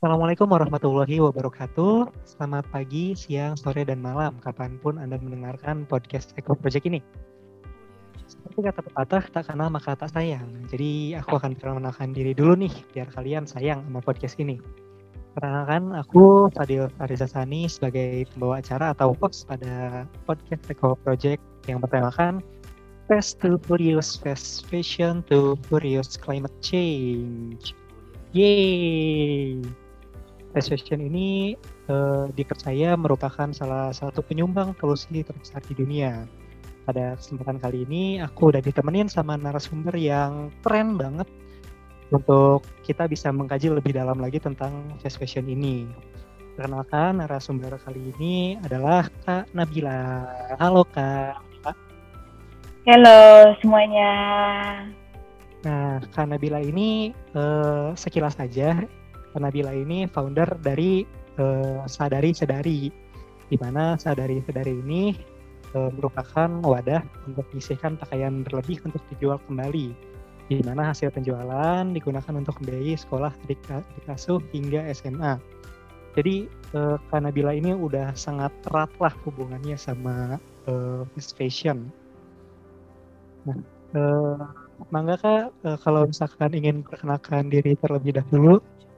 Assalamualaikum warahmatullahi wabarakatuh. Selamat pagi, siang, sore, dan malam, kapanpun Anda mendengarkan podcast Eco Project ini. Seperti kata pepatah, tak kenal maka tak sayang. Jadi aku akan perkenalkan diri dulu nih, biar kalian sayang sama podcast ini. Perkenalkan, aku Fadil Fariza Sani sebagai pembawa acara atau host pada podcast Eco Project yang bertemakan Fast to Furious, Fast Fashion to Furious Climate Change. Yeay! Fast fashion ini dipercaya merupakan salah satu penyumbang polusi terbesar di dunia. Pada kesempatan kali ini, aku udah ditemenin sama narasumber yang keren banget untuk kita bisa mengkaji lebih dalam lagi tentang fast fashion ini. Perkenalkan, narasumber kali ini adalah Kak Nabila. Halo Kak. Halo semuanya. Nah, Kak Nabila ini sekilas saja, Kak Nabila ini founder dari Sadari Sedari, di mana Sadari Sedari ini merupakan wadah untuk menyisihkan pakaian berlebih untuk dijual kembali, di mana hasil penjualan digunakan untuk membiayai sekolah adik asuh hingga SMA. Jadi Kak Nabila ini udah sangat erat lah hubungannya sama fast fashion. Nah, mangga Kak, kalau misalkan ingin perkenalkan diri terlebih dahulu.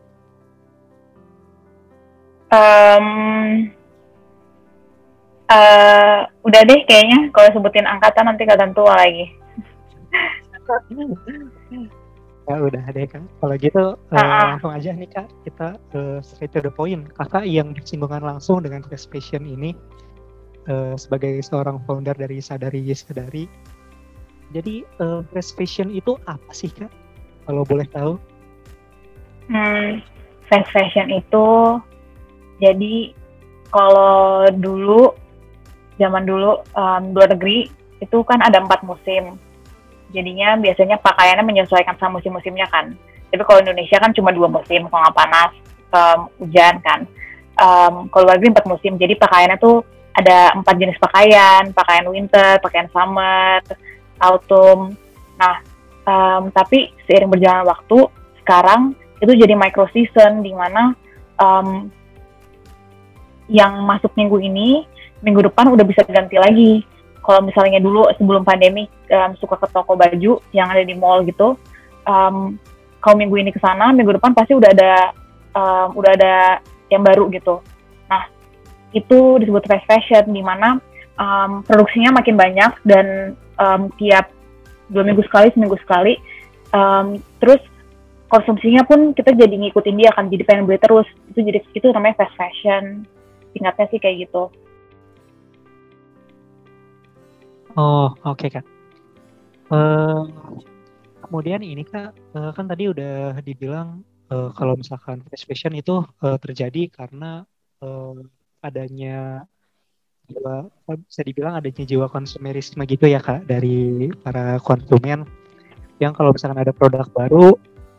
Udah deh kayaknya kalau sebutin angkatan nanti kelihatan tua lagi. Ya udah deh Kak, kalau gitu langsung aja nih Kak, kita straight to the point. Kakak yang bersinggungan langsung dengan fast fashion ini sebagai seorang founder dari Sadari Sedari. Jadi fast fashion itu apa sih Kak, kalau boleh tahu? Fast fashion itu jadi kalau dulu zaman dulu luar negeri itu kan ada 4 musim. Jadinya biasanya pakaiannya menyesuaikan sama musim-musimnya kan. Tapi kalau Indonesia kan cuma 2 musim, kalau nggak panas, hujan kan. Kalau luar negeri 4 musim, jadi pakaiannya tuh ada 4 jenis pakaian winter, pakaian summer, autumn. Nah, tapi seiring berjalan waktu, sekarang itu jadi micro season, di mana yang masuk minggu ini, minggu depan udah bisa ganti lagi. Kalau misalnya dulu sebelum pandemi suka ke toko baju yang ada di mall gitu, kalau minggu ini kesana, minggu depan pasti udah ada yang baru gitu. Nah, itu disebut fast fashion, di mana produksinya makin banyak dan tiap 2 minggu sekali, seminggu sekali. Terus konsumsinya pun kita jadi ngikutin dia kan, jadi pengen beli terus. Itu namanya fast fashion. Singkatnya sih kayak gitu. Oh, oke Kak. Kemudian ini Kak, kan tadi udah dibilang kalau misalkan fast fashion itu terjadi karena adanya bisa dibilang adanya jiwa konsumerisme gitu ya Kak, dari para konsumen yang kalau misalkan ada produk baru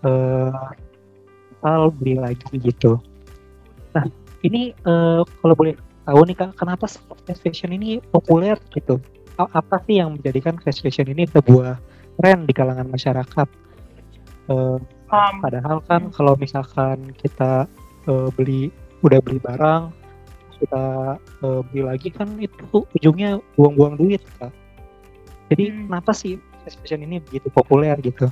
bakal beli lagi gitu. Nah, ini kalau boleh tahu nih Kak, kenapa fast fashion ini populer gitu? Apa sih yang menjadikan fast fashion ini sebuah tren di kalangan masyarakat? Padahal kan kalau misalkan kita udah beli barang, kita beli lagi kan itu ujungnya buang-buang duit Kak. Jadi kenapa sih fast fashion ini begitu populer gitu?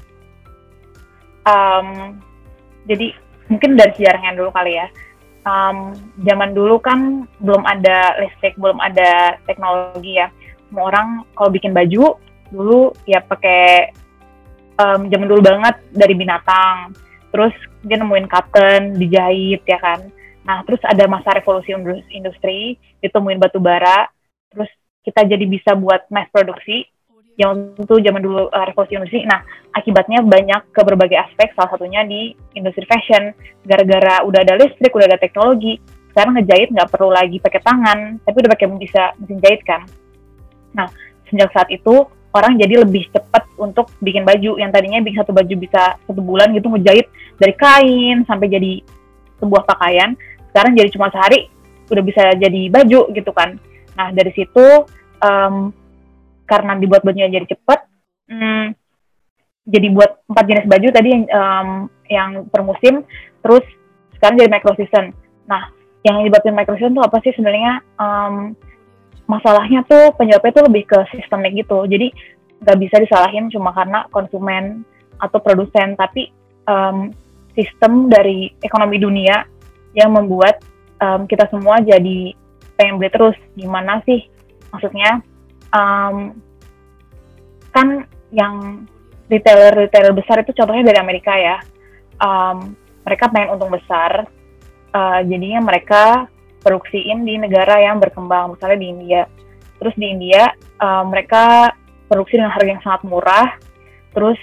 Jadi mungkin dari sejarahnya dulu kali ya. Zaman dulu kan belum ada listrik, belum ada teknologi ya. Semua orang kalau bikin baju dulu ya pakai zaman dulu banget dari binatang. Terus dia nemuin cotton, dijahit ya kan. Nah, terus ada masa revolusi industri, ditemuin batu bara. Terus kita jadi bisa buat mass produksi. Yang itu zaman dulu revolusi industri. Nah, akibatnya banyak ke berbagai aspek, salah satunya di industri fashion. Gara-gara udah ada listrik, udah ada teknologi, sekarang ngejahit nggak perlu lagi pakai tangan, tapi udah pakai mesin jahit kan. Nah, sejak saat itu orang jadi lebih cepat untuk bikin baju. Yang tadinya bikin satu baju bisa 1 bulan gitu, ngejahit dari kain sampai jadi sebuah pakaian. Sekarang jadi cuma sehari udah bisa jadi baju gitu kan. Nah, dari situ karena dibuat bajunya jadi cepat, jadi buat 4 jenis baju tadi yang per musim. Terus sekarang jadi micro-season. Nah, yang nyebabin micro-season tuh apa sih sebenarnya? Masalahnya tuh penyebabnya tuh lebih ke sistemik gitu. Jadi nggak bisa disalahin cuma karena konsumen atau produsen, tapi sistem dari ekonomi dunia yang membuat kita semua jadi pengen beli terus. Gimana sih? Maksudnya kan yang retailer besar itu contohnya dari Amerika ya. Mereka pengen untung besar, jadinya mereka produksiin di negara yang berkembang, misalnya di India. Terus di India mereka produksi dengan harga yang sangat murah, terus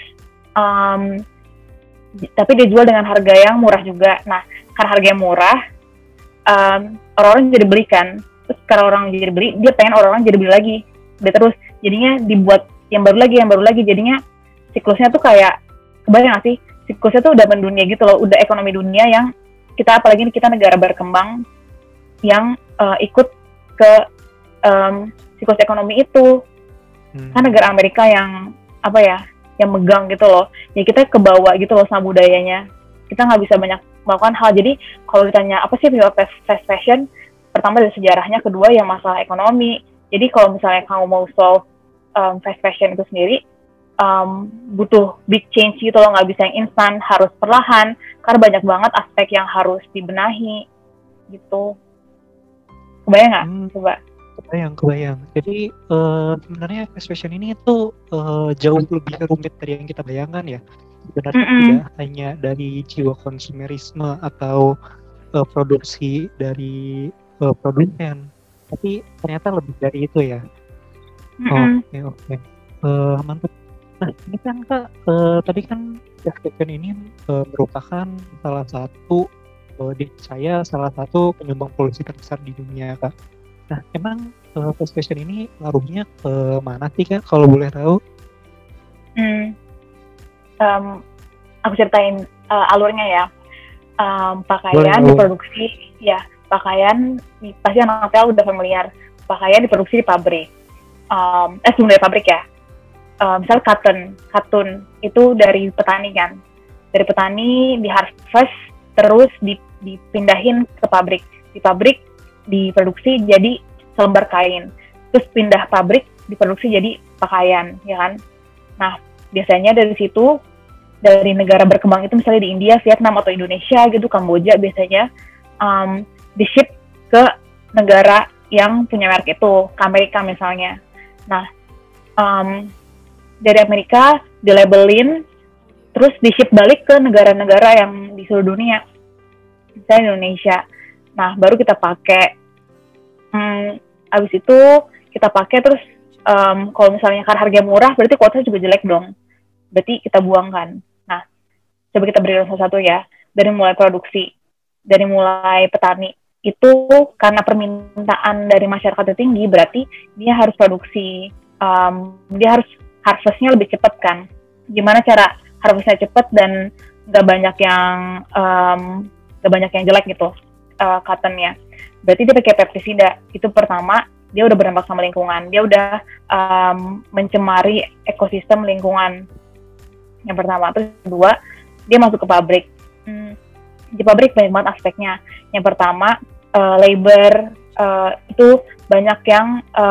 tapi dijual dengan harga yang murah juga. Nah, karena harganya murah, orang-orang jadi beli kan. Terus karena orang jadi beli, dia pengen orang-orang jadi beli lagi, beli terus. Jadinya dibuat yang baru lagi. Jadinya siklusnya tuh kayak, kebayang gak sih? Siklusnya tuh udah mendunia gitu loh, udah ekonomi dunia yang kita, apalagi kita negara berkembang yang ikut ke siklus ekonomi itu. Kan negara Amerika yang apa ya, yang megang gitu loh. Ya kita kebawa gitu loh sama budayanya. Kita nggak bisa banyak melakukan hal. Jadi kalau ditanya apa sih penyebab fast fashion, pertama dari sejarahnya, kedua yang masalah ekonomi. Jadi kalau misalnya kamu mau solve fast fashion itu sendiri, butuh big change gitu loh, nggak bisa yang instan, harus perlahan, karena banyak banget aspek yang harus dibenahi gitu. Kebayang nggak? Coba. Kebayang. Jadi sebenarnya fast fashion ini tuh jauh lebih rumit dari yang kita bayangkan ya. Sebenarnya tidak hanya dari jiwa konsumerisme atau produksi dari produsen, tapi ternyata lebih dari itu ya. Oke. Mantap. Nah, ini kan Kak, tadi kan fast fashion ini merupakan salah satu saya salah satu penyumbang polusi terbesar di dunia, Kak. Nah, emang fast fashion ini ngaruhnya ke mana sih, Kak, kalau boleh tahu? Aku ceritain alurnya ya. Pakaian diproduksi, ya pakaian pasti anak saya udah familiar. Pakaian diproduksi di pabrik. Sebelum dari pabrik ya. Misal katun itu dari petani kan. Dari petani di harvest terus dipindahin ke pabrik. Di pabrik diproduksi jadi selembar kain. Terus pindah pabrik diproduksi jadi pakaian, ya kan? Nah, biasanya dari situ, dari negara berkembang itu misalnya di India, Vietnam atau Indonesia gitu, Kamboja biasanya di-ship ke negara yang punya merek itu, ke Amerika misalnya. Nah, dari Amerika dilabelin, terus di-ship balik ke negara-negara yang di seluruh dunia, misalnya Indonesia. Nah, baru kita pakai. Abis itu kita pakai terus, kalau misalnya karena harga murah, berarti kualitasnya juga jelek dong. Berarti kita buang kan. Nah, coba kita beri satu-satu ya. Dari mulai produksi, dari mulai petani. Itu karena permintaan dari masyarakat tinggi, berarti dia harus produksi, dia harus harvestnya lebih cepat kan. Gimana cara harvestnya cepat dan gak banyak yang jelek gitu cottonnya. Berarti dia pakai pestisida. Itu pertama, dia udah berdampak sama lingkungan. Dia udah mencemari ekosistem lingkungan. Yang pertama. Terus kedua, dia masuk ke pabrik. Di pabrik banyak banget aspeknya. Yang pertama, labor itu banyak yang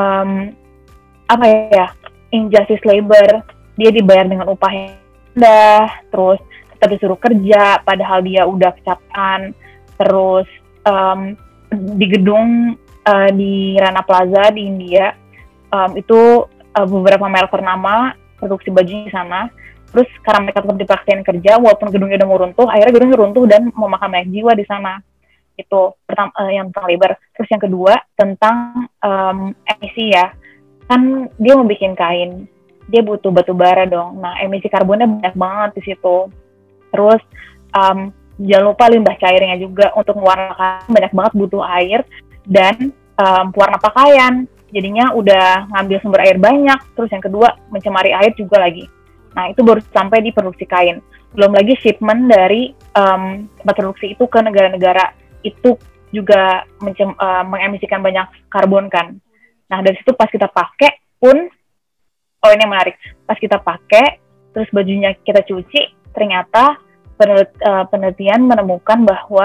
injustice labor. Dia dibayar dengan upah yang rendah, terus tetap disuruh kerja padahal dia udah kecapean. Terus di gedung di Rana Plaza di India, itu beberapa merek ternama produksi bajunya di sana. Terus karena mereka tetap dipaksain kerja walaupun gedungnya udah mau runtuh, akhirnya gedungnya runtuh dan memakan banyak jiwa di sana. Itu pertama, yang tentang labor. Terus yang kedua tentang emisi ya, kan dia mau bikin kain, dia butuh batu bara dong. Nah, emisi karbonnya banyak banget di situ. Terus jangan lupa limbah cairnya juga. Untuk mewarnakan banyak banget butuh air dan pewarna pakaian. Jadinya udah ngambil sumber air banyak. Terus yang kedua mencemari air juga lagi. Nah, itu baru sampai di produksi kain. Belum lagi shipment dari tempat produksi itu ke negara-negara. Itu juga mengemisikan banyak karbon kan. Nah, dari situ pas kita pakai pun, oh ini menarik, pas kita pakai, terus bajunya kita cuci, ternyata penelitian menemukan bahwa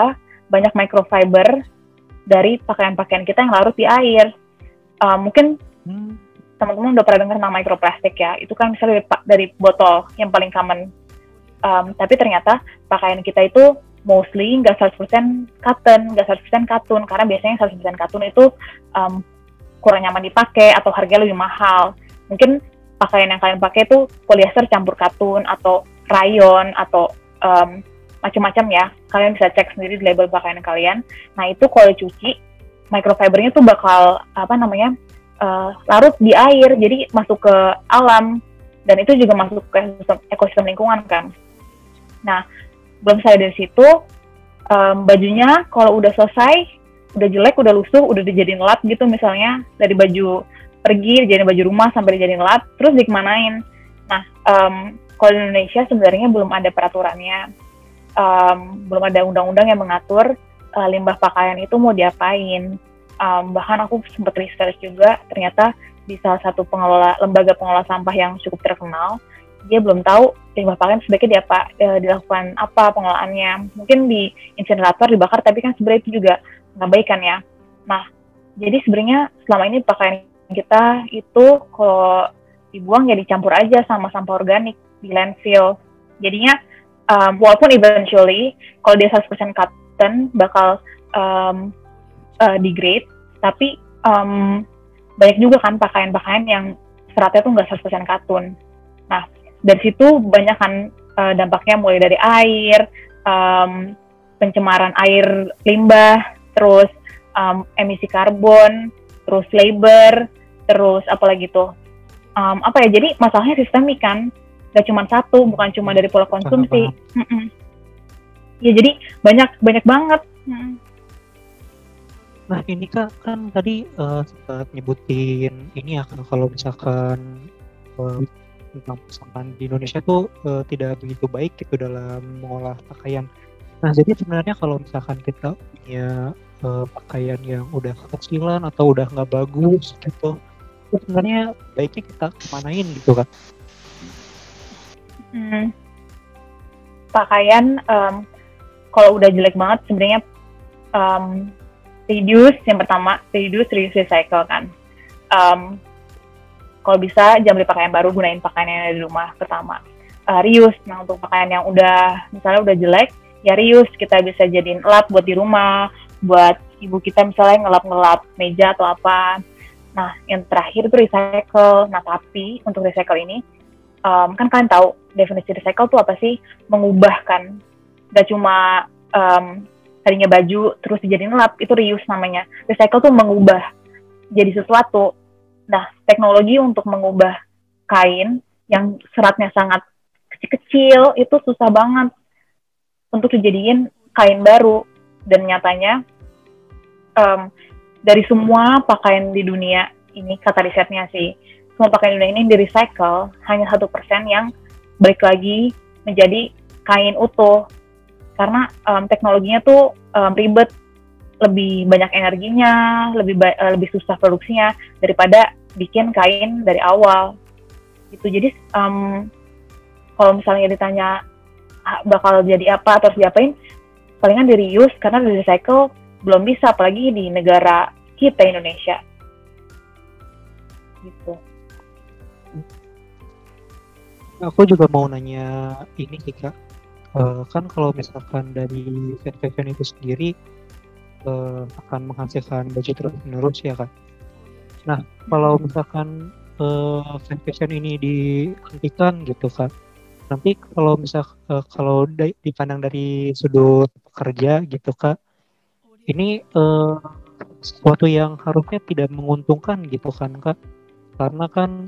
banyak microfiber dari pakaian-pakaian kita yang larut di air. Mungkin teman-teman udah pernah dengar tentang microplastik ya, itu kan misalnya dari botol yang paling common. Tapi ternyata pakaian kita itu mostly nggak 100% cotton, karena biasanya 100% cotton itu kurang nyaman dipakai atau harganya lebih mahal. Mungkin pakaian yang kalian pakai itu polyester campur katun atau rayon atau macam-macam ya. Kalian bisa cek sendiri di label pakaian kalian. Nah itu kalau cuci, microfibernya tuh bakal larut di air, jadi masuk ke alam, dan itu juga masuk ke ekosistem lingkungan kan. Nah belum selesai dari situ, bajunya kalau udah selesai, udah jelek, udah lusuh, udah dijadiin lap gitu, misalnya dari baju pergi dijadiin baju rumah sampai dijadiin lap, terus dikemanain. Nah kalau di Indonesia sebenarnya belum ada peraturannya, belum ada undang-undang yang mengatur limbah pakaian itu mau diapain. Bahkan aku sempat research juga, ternyata di salah satu lembaga pengelola sampah yang cukup terkenal, dia belum tahu limbah pakaian sebaiknya dilakukan apa pengelolaannya. Mungkin di insinerator dibakar, tapi kan sebenarnya itu juga nggak baik kan ya. Nah, jadi sebenarnya selama ini pakaian kita itu kalau dibuang ya dicampur aja sama sampah organik di landfill. Jadinya walaupun eventually kalau dia 100% cotton bakal degrade, tapi banyak juga kan pakaian-pakaian yang seratnya tuh nggak 100% katun. Nah, dari situ banyak kan dampaknya, mulai dari air, pencemaran air limbah, terus emisi karbon, terus labor, terus apalagi tuh, jadi masalahnya sistemik kan, nggak cuma satu, bukan cuma dari pola konsumsi. Ya jadi banyak banget. Nah ini kan tadi sempat nyebutin ini ya, kalau misalkan tentang pesanan di Indonesia tuh tidak begitu baik gitu dalam mengolah pakaian. Nah jadi sebenarnya kalau misalkan kita punya pakaian yang udah kekecilan atau udah nggak bagus gitu, itu sebenarnya baiknya kita kemanain gitu kan? Pakaian kalau udah jelek banget sebenarnya reduce, yang pertama reduce, recycle kan. Kalau bisa jangan beli pakaian baru, gunain pakaian yang ada di rumah pertama. Reuse, nah untuk pakaian yang misalnya udah jelek, ya reuse, kita bisa jadiin lap buat di rumah, buat ibu kita misalnya ngelap meja atau apa. Nah yang terakhir itu recycle. Nah tapi untuk recycle ini, kan kalian tahu definisi recycle itu apa sih? Mengubah kan, gak cuma tadinya baju terus dijadiin lap, itu reuse namanya. Recycle tuh mengubah jadi sesuatu. Nah, teknologi untuk mengubah kain yang seratnya sangat kecil-kecil itu susah banget untuk dijadiin kain baru. Dan nyatanya dari semua pakaian di dunia ini, kata risetnya sih, semua pakaian di dunia ini di recycle hanya 1% yang balik lagi menjadi kain utuh. Karena teknologinya tuh ribet, lebih banyak energinya, lebih susah produksinya daripada bikin kain dari awal gitu. Jadi kalau misalnya ditanya bakal jadi apa atau harus diapain, palingan di reuse, karena di recycle belum bisa, apalagi di negara kita Indonesia gitu. Aku juga mau nanya ini sih Kak, kan kalau misalkan dari fashion itu sendiri akan menghasilkan baju terus-menerus ya kan. Nah kalau misalkan fashion ini dihentikan gitu kan, nanti kalau dipandang dari sudut pekerja gitu Kak, ini sesuatu yang harusnya tidak menguntungkan gitu kan Kak, karena kan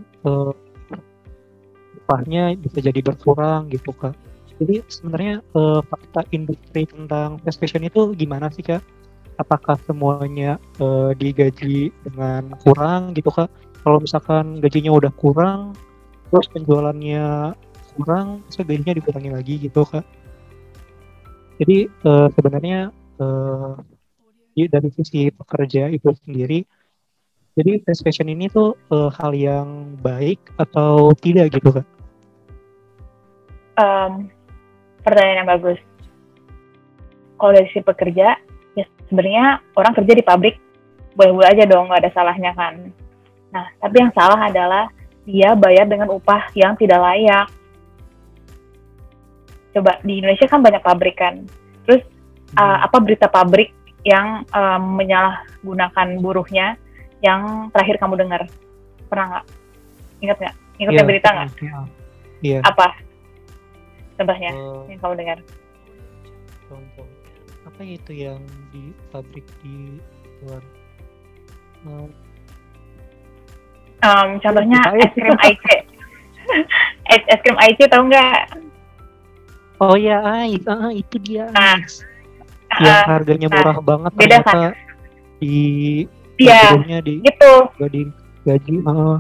upahnya bisa jadi berkurang gitu Kak. Jadi sebenarnya fakta industri tentang fast fashion itu gimana sih Kak? Apakah semuanya digaji dengan kurang gitu Kak? Kalau misalkan gajinya udah kurang, terus penjualannya kurang, terus gajinya dikurangi lagi gitu Kak. Jadi sebenarnya dari sisi pekerja itu sendiri, jadi fast fashion ini tuh hal yang baik atau tidak gitu Kak? Pertanyaan yang bagus. kalau dari sisi pekerja, ya sebenarnya orang kerja di pabrik boleh-boleh aja dong, nggak ada salahnya kan. Nah, tapi yang salah adalah dia bayar dengan upah yang tidak layak. Coba di Indonesia kan banyak pabrik kan. Terus apa berita pabrik yang menyalahgunakan buruhnya yang terakhir kamu dengar? Pernah nggak? Ingat nggak? Ingatnya berita nggak? Iya. Apa? Contohnya yang kamu dengar? Contoh apa itu yang di pabrik di luar? Contohnya es krim IC. es krim IC tahu nggak? Oh iya, itu dia. Yang harganya murah banget beda ternyata kan? Di Iya, di gitu. gaji.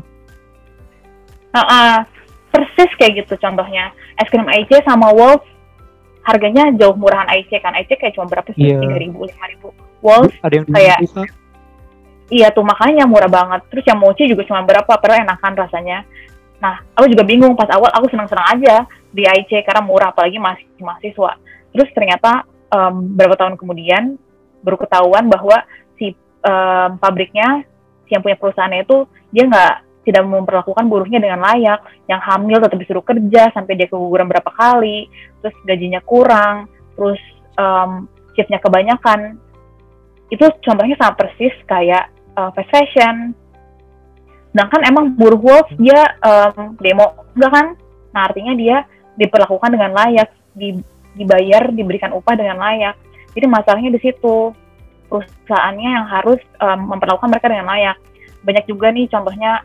Persis kayak gitu contohnya. Es krim IC sama Wolf harganya jauh murahan IC kan. IC kayak cuma berapa sih? 3.000, 5.000. Wolf ada yang kayak dibuka. Iya tuh, makanya murah banget. Terus yang mochi juga cuma berapa, padahal enakan rasanya. Nah, aku juga bingung pas awal, aku senang-senang aja di IC karena murah, apalagi masih mahasiswa. Terus ternyata beberapa tahun kemudian baru ketahuan bahwa si pabriknya, si yang punya perusahaannya itu, dia tidak memperlakukan buruhnya dengan layak. Yang hamil tetap disuruh kerja sampai dia keguguran berapa kali, terus gajinya kurang, terus shiftnya kebanyakan. Itu contohnya sangat persis kayak fast fashion. Sedangkan emang buruh Wolf dia demo enggak kan? Nah, artinya dia diperlakukan dengan layak, dibayar, diberikan upah dengan layak. Jadi masalahnya di situ, perusahaannya yang harus memperlakukan mereka dengan layak. Banyak juga nih contohnya,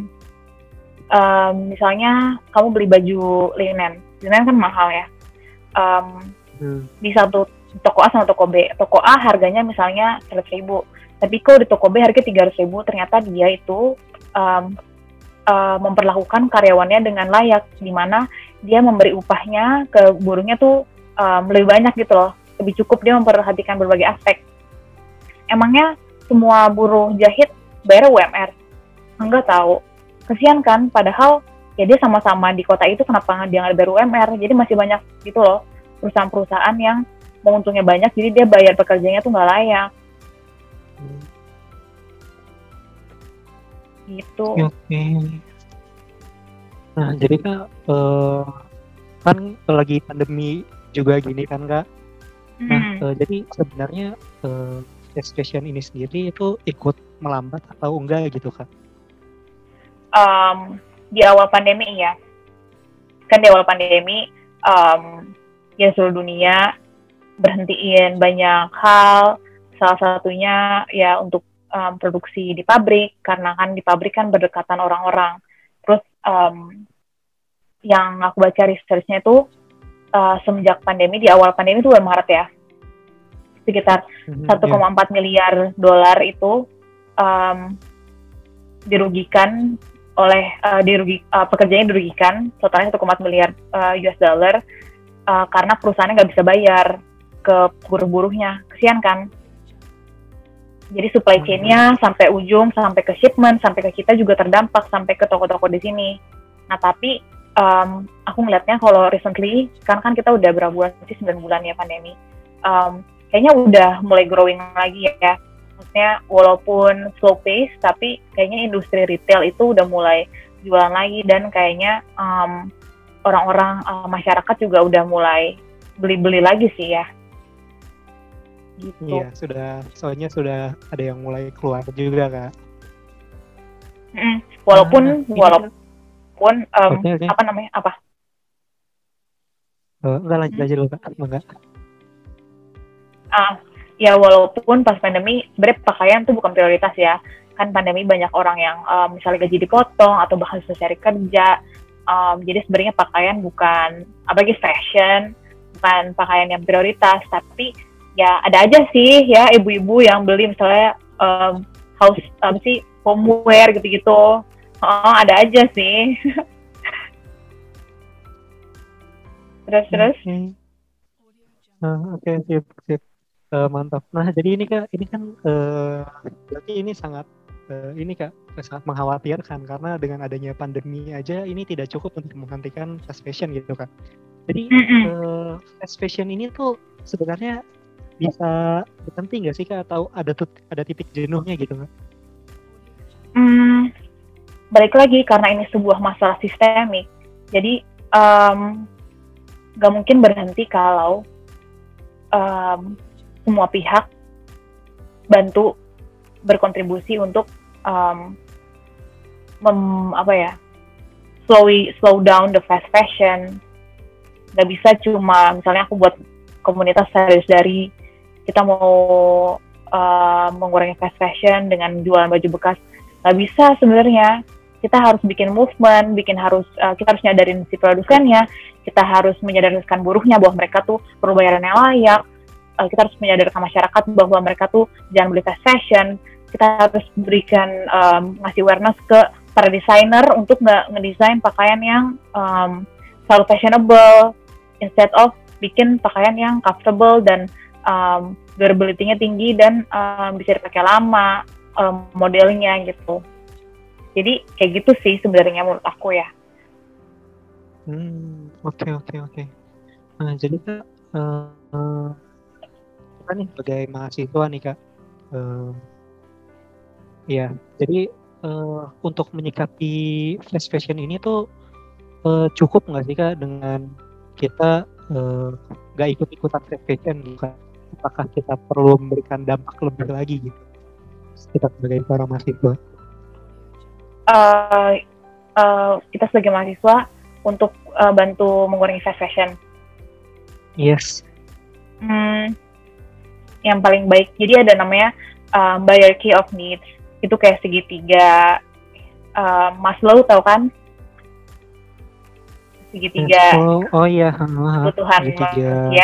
misalnya kamu beli baju linen kan mahal ya. Di satu toko A sama toko B. Toko A harganya misalnya 100.000, tapi kok di toko B harga 300.000, ternyata dia itu memperlakukan karyawannya dengan layak, di mana dia memberi upahnya ke buruhnya tuh lebih banyak gitu loh, lebih cukup, dia memperhatikan berbagai aspek. Emangnya semua buruh jahit bayar UMR? Enggak tahu. Kesian kan, padahal ya dia sama-sama di kota itu, kenapa dia nggak bayar UMR? Jadi masih banyak gitu loh perusahaan-perusahaan yang menguntungnya banyak, jadi dia bayar pekerjanya tuh nggak layak. Gitu. Oke. Nah, jadi Kak, kan lagi pandemi juga gini kan Kak. Nah, jadi sebenarnya fast fashion ini sendiri itu ikut melambat atau enggak gitu Kak? Di awal pandemi ya. Kan di awal pandemi ya seluruh dunia berhentiin banyak hal, salah satunya ya untuk produksi di pabrik, karena kan di pabrik kan berdekatan orang-orang. Terus yang aku baca research-nya itu semenjak pandemi, di awal pandemi itu bulan Maret ya, sekitar 1,4 miliar dolar itu dirugikan oleh pekerjanya dirugikan, totalnya 1,4 miliar US dollar karena perusahaannya nggak bisa bayar ke buruh-buruhnya. Kesian kan? Jadi supply chain-nya sampai ujung, sampai ke shipment, sampai ke kita juga terdampak, sampai ke toko-toko di sini. Nah, tapi aku ngeliatnya kalau recently, kan kita udah berapa bulan sih, 9 bulan ya pandemi. Kayaknya udah mulai growing lagi ya. Maksudnya walaupun slow pace, tapi kayaknya industri retail itu udah mulai jualan lagi, dan kayaknya orang-orang masyarakat juga udah mulai beli-beli lagi sih ya. Gitu. Iya, soalnya sudah ada yang mulai keluar juga Kak. Walaupun okay. apa namanya, apa? Enggak, lanjut aja dulu Kak. Enggak. Ya walaupun pas pandemi sebenarnya pakaian tuh bukan prioritas ya. Kan pandemi banyak orang yang misalnya gaji dipotong atau bahkan susah cari kerja. Jadi sebenarnya pakaian bukan, apalagi fashion, bukan pakaian yang prioritas, tapi ya ada aja sih ya ibu-ibu yang beli misalnya homeware gitu-gitu. Ada aja sih. terus. Oke, sip. Mantap. Nah, jadi ini kan berarti ini sangat sangat mengkhawatirkan, karena dengan adanya pandemi aja ini tidak cukup untuk menghentikan fast fashion gitu Kak. Jadi fast fashion ini tuh sebenarnya bisa berhenti nggak sih Kak, atau ada titik jenuhnya gitu nggak? Balik lagi karena ini sebuah masalah sistemik, jadi nggak mungkin berhenti kalau semua pihak bantu berkontribusi untuk slow down the fast fashion. Nggak bisa cuma misalnya aku buat komunitas dari kita mau mengurangi fast fashion dengan jualan baju bekas. Nggak bisa sebenarnya. Kita harus bikin movement, kita harus nyadarin si produsennya, kita harus menyadarkan buruhnya bahwa mereka tuh perlu bayaran yang layak, kita harus menyadarkan masyarakat bahwa mereka tuh jangan beli fast fashion, kita harus berikan ngasih awareness ke para desainer untuk nggak ngedesain pakaian yang selalu fashionable, instead of bikin pakaian yang comfortable dan durability-nya tinggi dan bisa dipakai lama modelnya gitu. Jadi kayak gitu sih sebenarnya menurut aku ya. Oke. Nah, jadi Kak, kita nih sebagai mahasiswa nih Kak, ya, jadi untuk menyikapi fast fashion ini tuh cukup nggak sih Kak dengan kita nggak ikut-ikutan fast fashion, bukan? Apakah kita perlu memberikan dampak lebih lagi gitu kita sebagai para mahasiswa? Kita sebagai mahasiswa untuk bantu mengurangi fast fashion. Yes. Yang paling baik, jadi ada namanya hierarchy of needs. Itu kayak segitiga Maslow, tahu kan? Segitiga. Oh iya. Kebutuhan manusia.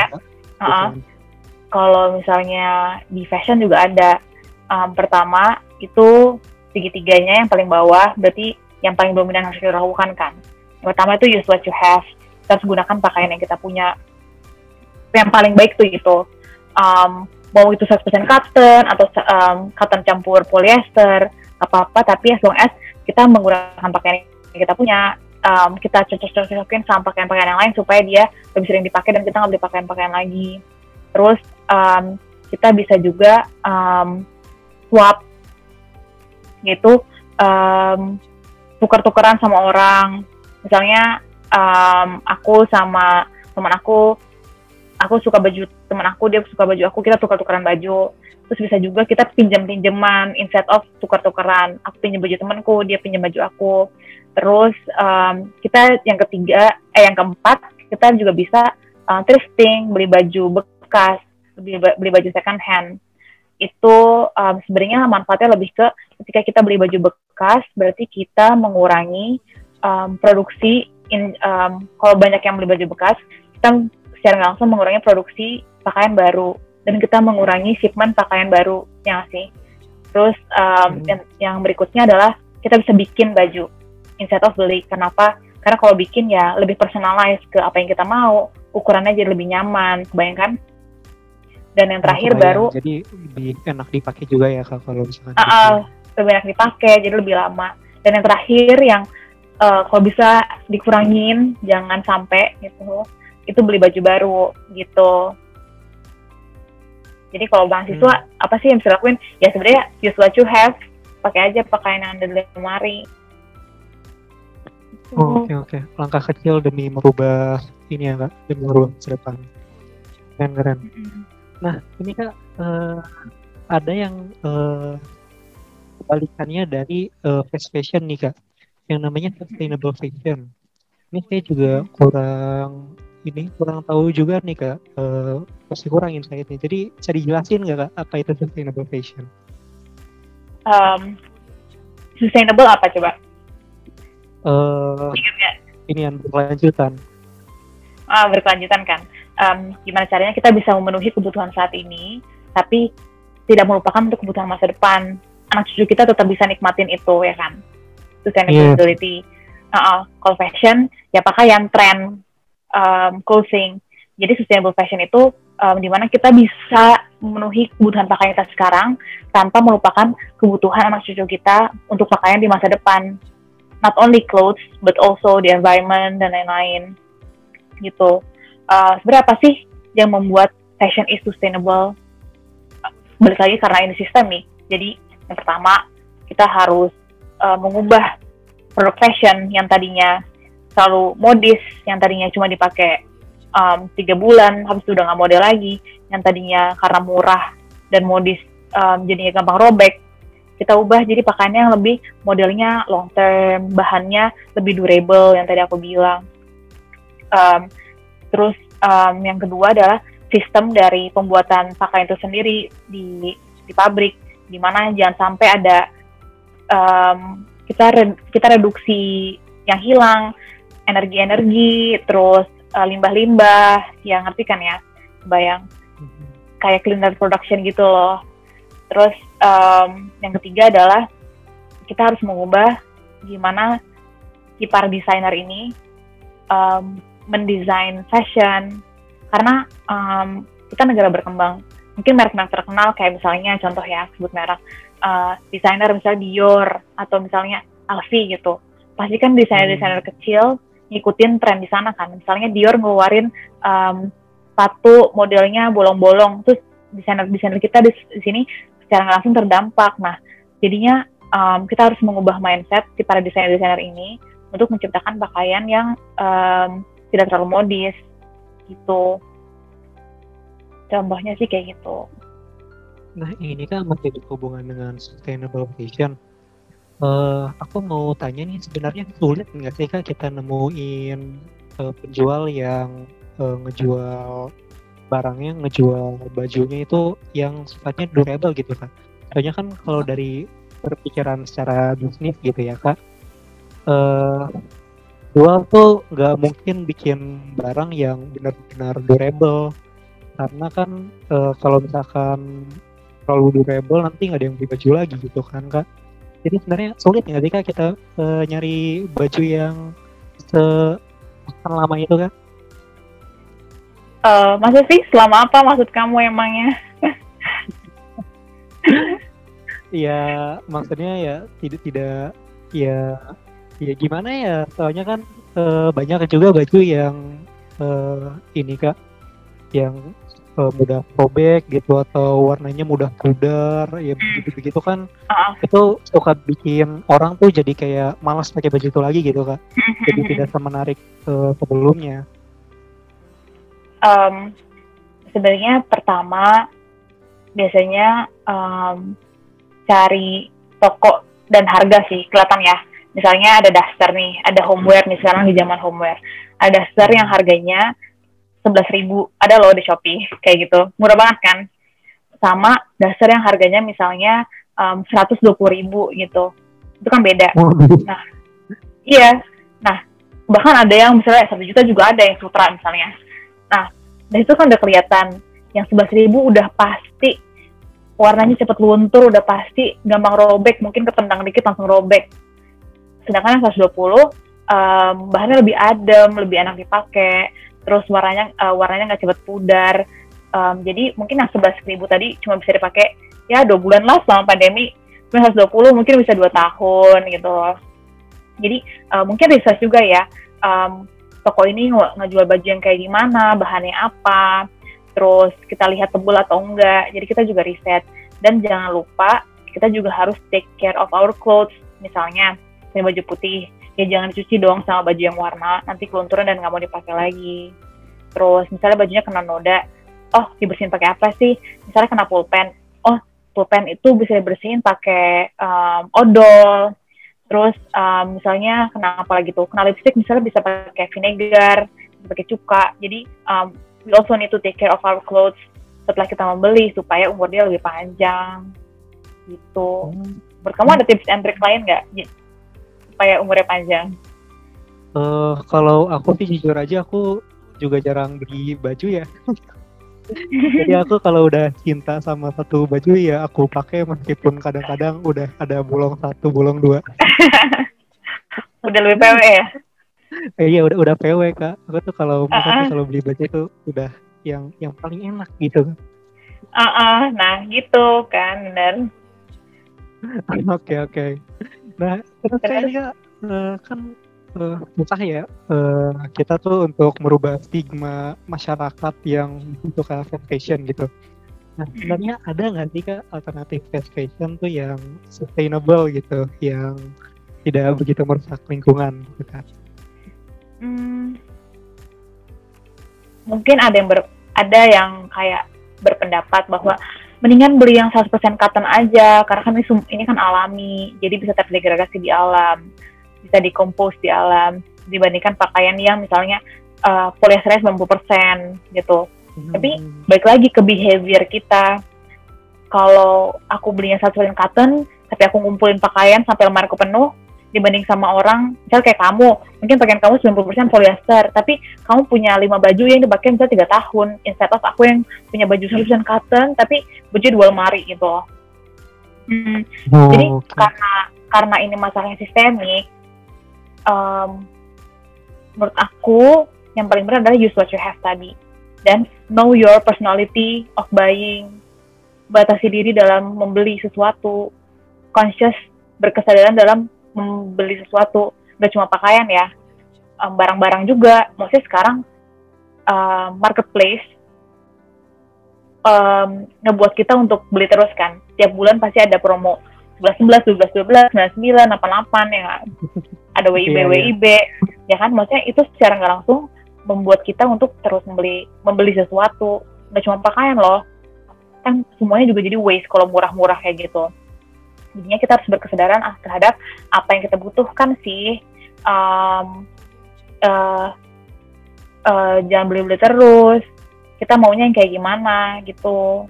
Kalau misalnya di fashion juga ada. Pertama itu segitiganya yang paling bawah, berarti yang paling dominan harus kita lakukan kan. Yang pertama itu use what you have. Kita harus gunakan pakaian yang kita punya. Yang paling baik tuh itu. Mau itu 100% cotton atau cotton campur polyester, apa-apa, tapi as long as kita menggunakan pakaian yang kita punya, kita cocok-cocokin sama pakaian-pakaian yang lain supaya dia lebih sering dipakai dan kita nggak beli pakaian-pakaian lagi. Terus kita bisa juga swap gitu, tukar-tukaran sama orang. Misalnya aku sama teman aku suka baju teman aku, dia suka baju aku, kita tukar-tukaran baju. Terus bisa juga kita pinjam-pinjaman instead of tukar-tukaran. Aku pinjam baju temanku, dia pinjam baju aku. Terus kita yang keempat, kita juga bisa thrifting, beli baju bekas, beli baju second hand. Itu sebenarnya manfaatnya lebih ke ketika kita beli baju bekas, berarti kita mengurangi produksi. Kalau banyak yang beli baju bekas, kita secara langsung mengurangi produksi pakaian baru dan kita mengurangi shipment pakaian baru, ya nggak sih? Terus yang berikutnya adalah kita bisa bikin baju instead of beli. Kenapa? Karena kalau bikin ya lebih personalize ke apa yang kita mau, ukurannya jadi lebih nyaman, kebayangkan? Dan yang terakhir baru, jadi lebih enak dipakai juga ya Kak, kalau misalkan lebih enak dipakai, jadi lebih lama. Dan yang terakhir yang kalau bisa dikurangin, jangan sampai gitu, itu beli baju baru gitu. Jadi kalau mahasiswa apa sih yang bisa lakuin? Ya sebenarnya use what you have, pakai aja pakaian yang ada di lemari. Oke. Langkah kecil demi merubah ini ya Kak, demi merubah masa depan. Keren. Nah ini Kak, ada yang kebalikannya dari fast fashion nih Kak, yang namanya sustainable fashion. Ini saya juga kurang tahu juga nih Kak, masih kurang insight-nya. Jadi bisa dijelasin nggak Kak, apa itu sustainable fashion? Sustainable apa coba? Ini yang berkelanjutan. Berkelanjutan kan. Gimana caranya kita bisa memenuhi kebutuhan saat ini, tapi tidak melupakan untuk kebutuhan masa depan. Anak cucu kita tetap bisa nikmatin itu, ya kan? Sustainability. Kalau fashion, ya pakaian, tren, clothing. Jadi sustainable fashion itu dimana kita bisa memenuhi kebutuhan pakaian kita sekarang tanpa melupakan kebutuhan anak cucu kita untuk pakaian di masa depan. Not only clothes, but also the environment dan lain-lain. Gitu. Sebenarnya apa sih yang membuat fashion is sustainable? balik lagi karena ini sistem nih. Jadi yang pertama kita harus mengubah produk fashion yang tadinya selalu modis, yang tadinya cuma dipakai 3 bulan, habis itu udah nggak model lagi, yang tadinya karena murah dan modis jadinya gampang robek. Kita ubah jadi pakaiannya yang lebih modelnya long term, bahannya lebih durable yang tadi aku bilang. Terus yang kedua adalah sistem dari pembuatan pakaian itu sendiri di pabrik, di mana jangan sampai ada kita reduksi yang hilang, energi-energi, terus limbah-limbah, yang ngerti kan ya, bayang kayak cleaner production gitu loh. Terus yang ketiga adalah kita harus mengubah gimana si para desainer ini mendesain fashion, karena kita negara berkembang. Mungkin merek-merek terkenal kayak misalnya contoh ya, sebut merek desainer misalnya Dior atau misalnya Alfie gitu. Pasti kan desainer-desainer kecil ngikutin tren di sana kan. Misalnya Dior ngeluarin sepatu modelnya bolong-bolong, terus desainer-desainer kita di sini secara nggak langsung terdampak. Nah, jadinya kita harus mengubah mindset si para desainer-desainer ini untuk menciptakan pakaian yang tidak terlalu modis gitu. Contohnya sih kayak gitu. Nah, ini kan masih berhubungan dengan sustainable fashion. Aku mau tanya nih, sebenarnya sulit nggak sih Kak kita nemuin penjual yang ngejual barangnya, ngejual bajunya itu yang sifatnya durable gitu Kak? Soalnya kan kalau dari berpikiran secara bisnis gitu ya Kak, jual tuh nggak mungkin bikin barang yang benar-benar durable, karena kan kalau misalkan terlalu durable nanti nggak ada yang beli baju lagi gitu kan Kak. Jadi sebenarnya sulit nggak sih Kak kita nyari baju yang lama itu Kak? Maksud sih selama apa maksud kamu emangnya? Ya maksudnya ya tidak ya gimana ya, soalnya kan banyak juga baju yang ini Kak, yang mudah robek gitu atau warnanya mudah pudar ya, begitu kan. Itu suka bikin orang tuh jadi kayak malas pakai baju itu lagi gitu Kak, jadi tidak semenarik sebelumnya. Sebenarnya pertama biasanya cari toko dan harga sih, kelihatan ya. Misalnya ada daster nih, ada homeware nih, sekarang di zaman homeware ada daster yang harganya 11.000, ada loh di Shopee kayak gitu, murah banget kan. Sama daster yang harganya misalnya 120.000 gitu, itu kan beda. Nah, iya. Nah, bahkan ada yang misalnya 1 juta juga ada yang sutra misalnya. Nah, dari itu kan udah kelihatan yang 11.000 udah pasti warnanya cepet luntur, udah pasti gampang robek, mungkin ketendang dikit langsung robek. Sedangkan yang 120 bahannya lebih adem, lebih enak dipakai, terus warnanya nggak cepet pudar. Jadi mungkin yang 11.000 tadi cuma bisa dipakai ya 2 bulan lah selama pandemi. Yang 120 mungkin bisa 2 tahun gitu loh. Jadi mungkin research juga ya, toko ini ngejual baju yang kayak gimana, bahannya apa, terus kita lihat tebal atau enggak. Jadi kita juga riset. Dan jangan lupa kita juga harus take care of our clothes. Misalnya punya baju putih, ya jangan dicuci dong sama baju yang warna, nanti kelunturan dan nggak mau dipakai lagi. Terus misalnya bajunya kena noda, oh dibersihin pakai apa sih? Misalnya kena pulpen, oh pulpen itu bisa dibersihin pakai odol. Terus misalnya kena apa lagi tuh? Kena lipstick misalnya bisa pakai vinegar, bisa pakai cuka. Jadi we also need to take care of our clothes setelah kita membeli supaya umur dia lebih panjang gitu. Menurut kamu ada tips and trick lain nggak supaya umurnya panjang? Kalau aku sih jujur aja aku juga jarang beli baju ya. Jadi aku kalau udah cinta sama satu baju ya aku pakai, meskipun kadang-kadang udah ada bolong 1, bolong 2. Udah lebih PW ya? Iya udah PW Kak. Aku tuh kalau misalnya kalau beli baju itu udah yang paling enak gitu. Nah gitu kan, bener. Oke. Nah terus kayaknya kan susah ya kita tuh untuk merubah stigma masyarakat yang suka fashion gitu. Nah, sebenarnya ada nggak sih Kak alternatif fast fashion tuh yang sustainable gitu, yang tidak begitu merusak lingkungan gitu Kak? Hmm, mungkin ada yang kayak berpendapat bahwa mendingan beli yang 100% cotton aja karena kan ini kan alami, jadi bisa terdegradasi di alam, bisa dikompos di alam dibandingkan pakaian yang misalnya polyesternya 90% gitu. Tapi Hmm. balik lagi ke behavior kita. Kalau aku belinya 100% cotton, tapi aku ngumpulin pakaian sampai lemari aku penuh, dibanding sama orang, misal kayak kamu, mungkin pakaian kamu 90% polyester, tapi kamu punya 5 baju yang dipakai misal 3 tahun, instead of aku yang punya baju 100% cotton, tapi baju di lemari gitu. Jadi Oh, oke. karena ini masalahnya sistemik, um, menurut aku yang paling benar adalah use what you have tadi, dan know your personality of buying, batasi diri dalam membeli sesuatu, conscious berkesadaran dalam membeli sesuatu, gak cuma pakaian ya, barang-barang juga. Maksudnya sekarang marketplace ngebuat kita untuk beli terus kan, tiap bulan pasti ada promo 11 11 12 12 99 88 ya kan? Ada WIB Iya, iya. WIB ya kan, maksudnya itu secara nggak langsung membuat kita untuk terus membeli sesuatu, nggak cuma pakaian loh, kan semuanya juga jadi waste kalau murah-murah kayak gitu. Jadinya kita harus berkesadaran terhadap apa yang kita butuhkan sih. um, uh, Jangan beli-beli terus, kita maunya yang kayak gimana gitu.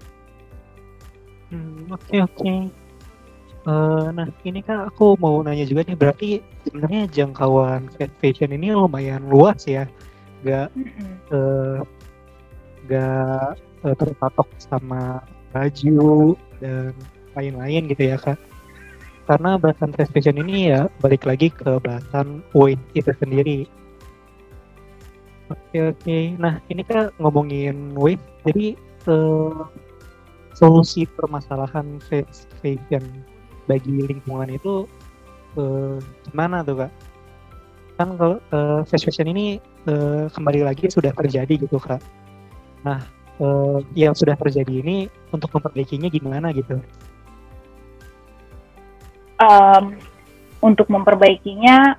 Oke, oke. Nah, ini Kak aku mau nanya juga nih, berarti sebenarnya jangkauan fast fashion ini lumayan luas ya, nggak eh, nggak terpatok sama baju dan lain-lain gitu ya Kak. Karena bahasan fast fashion ini ya balik lagi ke bahasan weight itu sendiri. Oke, oke. Nah, ini Kak ngomongin weight, jadi eh, solusi permasalahan fast fashion bagi lingkungan itu gimana tuh Kak? Kan kalau fast fashion ini kembali lagi sudah terjadi gitu Kak. Nah, yang sudah terjadi ini untuk memperbaikinya gimana gitu? Untuk memperbaikinya,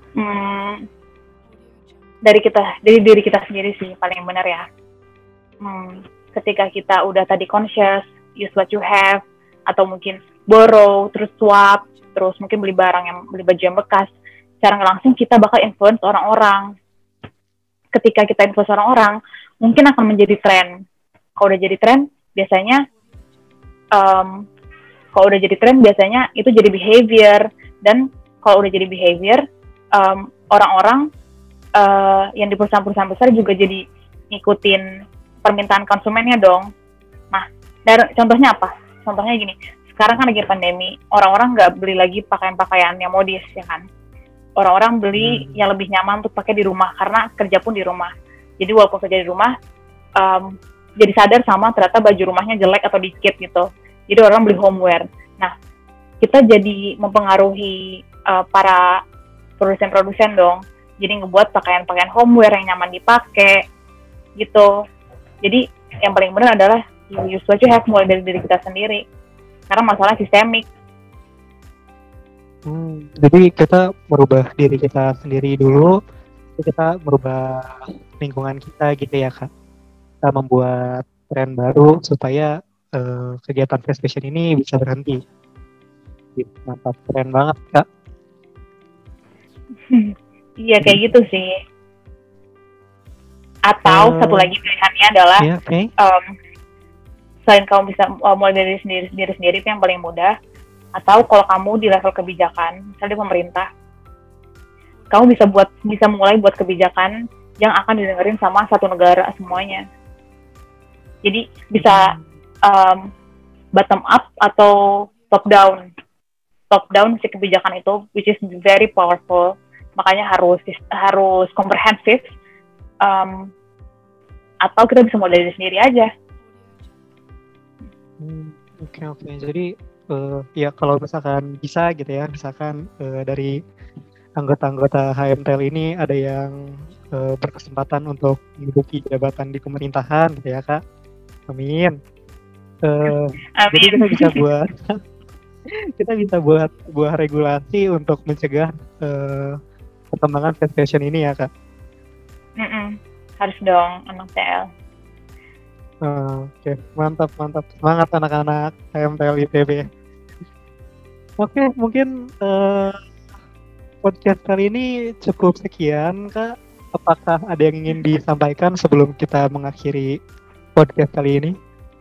dari diri kita sendiri sih paling benar ya. Ketika kita udah tadi conscious, use what you have, atau mungkin borrow, terus swap, terus mungkin beli baju yang bekas, secara nggak langsung kita bakal influence orang-orang. Ketika kita influence orang-orang, mungkin akan menjadi tren. Kalau udah jadi tren, biasanya itu jadi behavior, dan kalau udah jadi behavior, orang-orang yang di perusahaan-perusahaan besar juga jadi ngikutin permintaan konsumennya dong. Nah, contohnya apa? Contohnya gini, sekarang kan lagi pandemi, orang-orang nggak beli lagi pakaian-pakaian yang modis ya kan. Orang-orang beli yang lebih nyaman untuk pakai di rumah karena kerja pun di rumah. Jadi walaupun kerja di rumah, jadi sadar sama ternyata baju rumahnya jelek atau dikit gitu. Jadi orang beli homeware. Nah, kita jadi mempengaruhi para produsen-produsen dong. Jadi ngebuat pakaian-pakaian homeware yang nyaman dipakai gitu. Jadi yang paling benar adalah use what you have, mulai dari diri kita sendiri. Karena masalah sistemik. Jadi kita merubah diri kita sendiri dulu, kita merubah lingkungan kita gitu ya Kak. Kita membuat tren baru supaya kegiatan fast fashion ini bisa berhenti. Mantap, keren banget Kak. Iya kayak gitu sih. Atau satu lagi pilihannya adalah selain kamu bisa mulai dari diri sendiri itu yang paling mudah. Atau kalau kamu di level kebijakan, misalnya di pemerintah, kamu bisa mulai buat kebijakan yang akan didengerin sama satu negara semuanya. Jadi bisa bottom up atau top down. Top down si kebijakan itu, which is very powerful. Makanya harus komprehensif. Atau kita bisa mulai dari sendiri aja. Oke. Jadi ya kalau misalkan bisa gitu ya, misalkan dari anggota-anggota HMTL ini ada yang berkesempatan untuk menduduki jabatan di pemerintahan gitu ya Kak. Amin. Eh, jadi Amin. kita bisa buat buah regulasi untuk mencegah perkembangan fast fashion ini ya Kak. Mm-mm. Harus dong anak TL. Oke, mantap mantap, semangat anak-anak KMTL ITB. Oke, mungkin podcast kali ini cukup sekian Kak. Apakah ada yang ingin disampaikan sebelum kita mengakhiri podcast kali ini?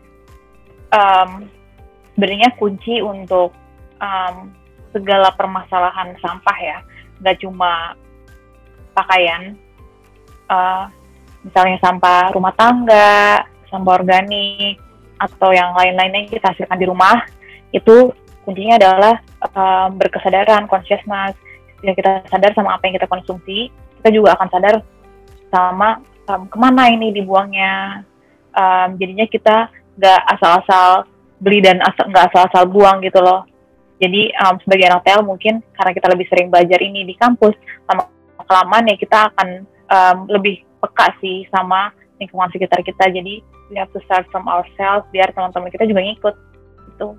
Sebenarnya kunci untuk segala permasalahan sampah ya, nggak cuma pakaian, misalnya sampah rumah tangga, sampah organik, atau yang lain-lainnya yang kita hasilkan di rumah, itu kuncinya adalah berkesadaran, consciousness. Jika kita sadar sama apa yang kita konsumsi, kita juga akan sadar sama kemana ini dibuangnya. Jadinya kita nggak asal-asal beli dan nggak asal-asal buang gitu loh. Jadi sebagai anak TL mungkin karena kita lebih sering belajar ini di kampus, lama-kelamaan ya kita akan lebih peka sih sama lingkungan sekitar kita. Jadi we have to start from ourselves biar teman-teman kita juga ngikut gitu.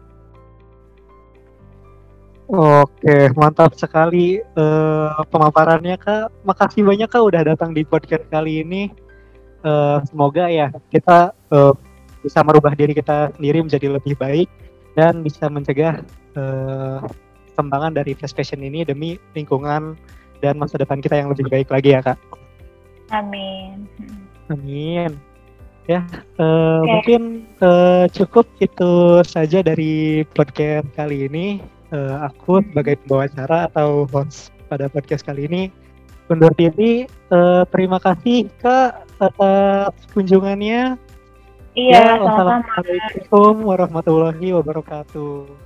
Oke, mantap sekali pemaparannya Kak. Makasih banyak Kak udah datang di podcast kali ini. Semoga ya kita bisa merubah diri kita sendiri menjadi lebih baik dan bisa mencegah perkembangan dari fast fashion ini demi lingkungan dan masa depan kita yang lebih baik lagi ya Kak. Amin. Amin. Ya, mungkin cukup itu saja dari podcast kali ini. Aku sebagai pembawa acara atau host pada podcast kali ini undur diri. Terima kasih Kak atas kunjungannya. Iya, Ya, sama-sama. wassalamualaikum warahmatullahi wabarakatuh.